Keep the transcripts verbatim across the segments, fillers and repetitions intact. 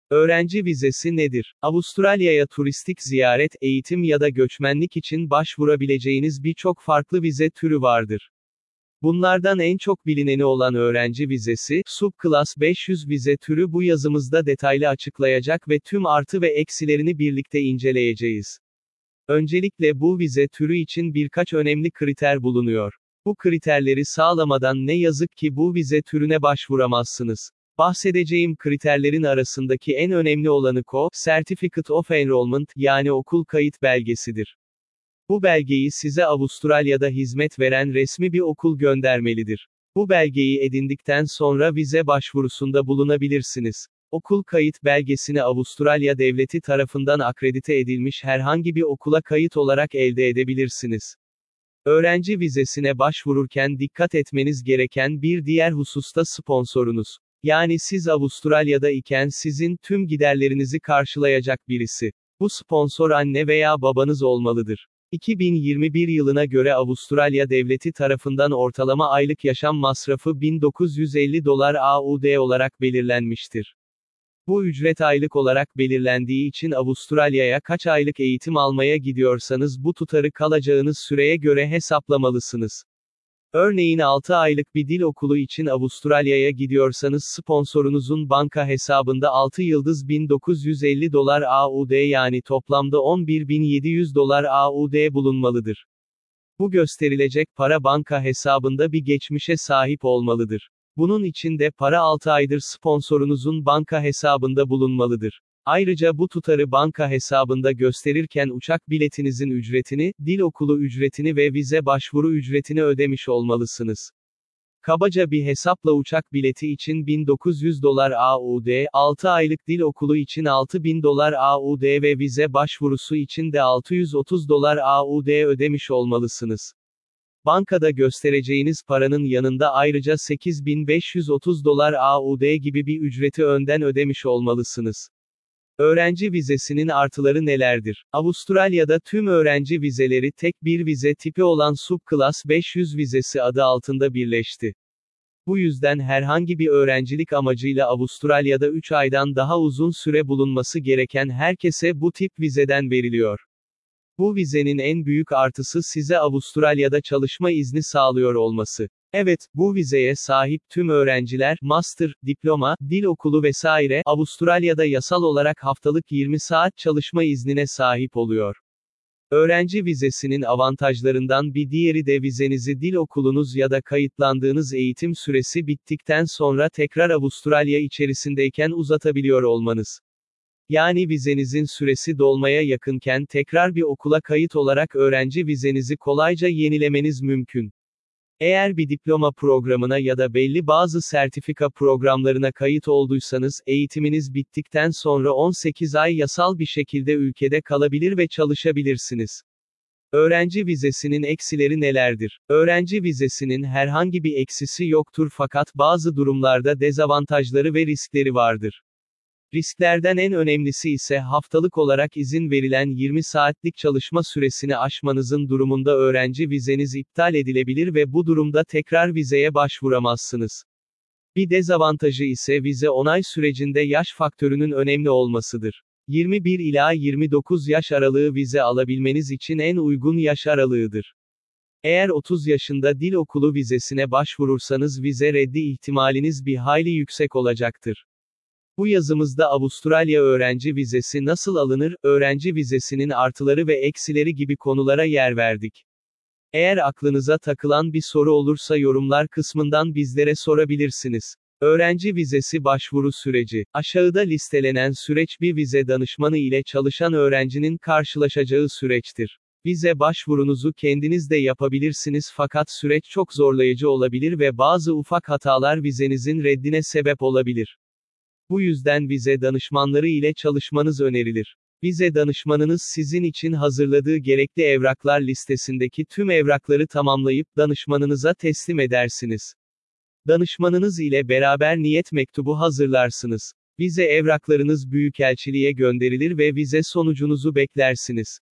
Öğrenci vizesi nedir? Avustralya'ya turistik ziyaret, eğitim ya da göçmenlik için başvurabileceğiniz birçok farklı vize türü vardır. Bunlardan en çok bilineni olan öğrenci vizesi, Subclass beş yüz vize türü bu yazımızda detaylı açıklayacak ve tüm artı ve eksilerini birlikte inceleyeceğiz. Öncelikle bu vize türü için birkaç önemli kriter bulunuyor. Bu kriterleri sağlamadan ne yazık ki bu vize türüne başvuramazsınız. Bahsedeceğim kriterlerin arasındaki en önemli olanı C O, Certificate of Enrollment, yani okul kayıt belgesidir. Bu belgeyi size Avustralya'da hizmet veren resmi bir okul göndermelidir. Bu belgeyi edindikten sonra vize başvurusunda bulunabilirsiniz. Okul kayıt belgesini Avustralya devleti tarafından akredite edilmiş herhangi bir okula kayıt olarak elde edebilirsiniz. Öğrenci vizesine başvururken dikkat etmeniz gereken bir diğer hususta sponsorunuz. Yani siz Avustralya'da iken sizin tüm giderlerinizi karşılayacak birisi. Bu sponsor anne veya babanız olmalıdır. iki bin yirmi bir yılına göre Avustralya devleti tarafından ortalama aylık yaşam masrafı bin dokuz yüz elli dolar A U D olarak belirlenmiştir. Bu ücret aylık olarak belirlendiği için Avustralya'ya kaç aylık eğitim almaya gidiyorsanız bu tutarı kalacağınız süreye göre hesaplamalısınız. Örneğin altı aylık bir dil okulu için Avustralya'ya gidiyorsanız sponsorunuzun banka hesabında altı yıldız bin dokuz yüz elli dolar A U D yani toplamda on bir bin yedi yüz dolar A U D bulunmalıdır. Bu gösterilecek para banka hesabında bir geçmişe sahip olmalıdır. Bunun için de para altı aydır sponsorunuzun banka hesabında bulunmalıdır. Ayrıca bu tutarı banka hesabında gösterirken uçak biletinizin ücretini, dil okulu ücretini ve vize başvuru ücretini ödemiş olmalısınız. Kabaca bir hesapla uçak bileti için bin dokuz yüz dolar A U D, altı aylık dil okulu için altı bin dolar A U D ve vize başvurusu için de altı yüz otuz dolar A U D ödemiş olmalısınız. Bankada göstereceğiniz paranın yanında ayrıca sekiz bin beş yüz otuz dolar A U D gibi bir ücreti önden ödemiş olmalısınız. Öğrenci vizesinin artıları nelerdir? Avustralya'da tüm öğrenci vizeleri tek bir vize tipi olan Subclass beş yüz vizesi adı altında birleşti. Bu yüzden herhangi bir öğrencilik amacıyla Avustralya'da üç aydan daha uzun süre bulunması gereken herkese bu tip vizeden veriliyor. Bu vizenin en büyük artısı size Avustralya'da çalışma izni sağlıyor olması. Evet, bu vizeye sahip tüm öğrenciler, master, diploma, dil okulu vesaire, Avustralya'da yasal olarak haftalık yirmi saat çalışma iznine sahip oluyor. Öğrenci vizesinin avantajlarından bir diğeri de vizenizi dil okulunuz ya da kayıtlandığınız eğitim süresi bittikten sonra tekrar Avustralya içerisindeyken uzatabiliyor olmanız. Yani vizenizin süresi dolmaya yakınken tekrar bir okula kayıt olarak öğrenci vizenizi kolayca yenilemeniz mümkün. Eğer bir diploma programına ya da belli bazı sertifika programlarına kayıt olduysanız, eğitiminiz bittikten sonra on sekiz ay yasal bir şekilde ülkede kalabilir ve çalışabilirsiniz. Öğrenci vizesinin eksileri nelerdir? Öğrenci vizesinin herhangi bir eksisi yoktur fakat bazı durumlarda dezavantajları ve riskleri vardır. Risklerden en önemlisi ise haftalık olarak izin verilen yirmi saatlik çalışma süresini aşmanızın durumunda öğrenci vizeniz iptal edilebilir ve bu durumda tekrar vizeye başvuramazsınız. Bir dezavantajı ise vize onay sürecinde yaş faktörünün önemli olmasıdır. yirmi bir ila yirmi dokuz yaş aralığı vize alabilmeniz için en uygun yaş aralığıdır. Eğer otuz yaşında dil okulu vizesine başvurursanız vize reddi ihtimaliniz bir hayli yüksek olacaktır. Bu yazımızda Avustralya öğrenci vizesi nasıl alınır, öğrenci vizesinin artıları ve eksileri gibi konulara yer verdik. Eğer aklınıza takılan bir soru olursa yorumlar kısmından bizlere sorabilirsiniz. Öğrenci vizesi başvuru süreci. Aşağıda listelenen süreç bir vize danışmanı ile çalışan öğrencinin karşılaşacağı süreçtir. Vize başvurunuzu kendiniz de yapabilirsiniz fakat süreç çok zorlayıcı olabilir ve bazı ufak hatalar vizenizin reddine sebep olabilir. Bu yüzden vize danışmanları ile çalışmanız önerilir. Vize danışmanınız sizin için hazırladığı gerekli evraklar listesindeki tüm evrakları tamamlayıp danışmanınıza teslim edersiniz. Danışmanınız ile beraber niyet mektubu hazırlarsınız. Vize evraklarınız büyükelçiliğe gönderilir ve vize sonucunuzu beklersiniz.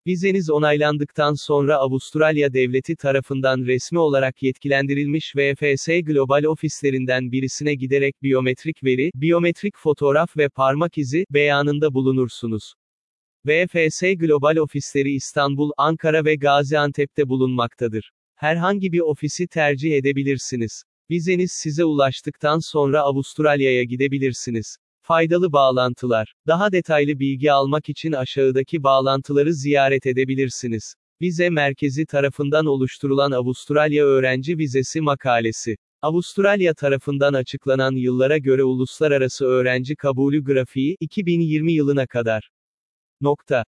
Vizeniz onaylandıktan sonra Avustralya Devleti tarafından resmi olarak yetkilendirilmiş V F S Global ofislerinden birisine giderek biyometrik veri, biyometrik fotoğraf ve parmak izi beyanında bulunursunuz. V F S Global ofisleri İstanbul, Ankara ve Gaziantep'te bulunmaktadır. Herhangi bir ofisi tercih edebilirsiniz. Vizeniz size ulaştıktan sonra Avustralya'ya gidebilirsiniz. Faydalı bağlantılar. Daha detaylı bilgi almak için aşağıdaki bağlantıları ziyaret edebilirsiniz. Vize Merkezi tarafından oluşturulan Avustralya Öğrenci Vizesi makalesi. Avustralya tarafından açıklanan yıllara göre uluslararası öğrenci kabulü grafiği, iki bin yirmi yılına kadar. Nokta.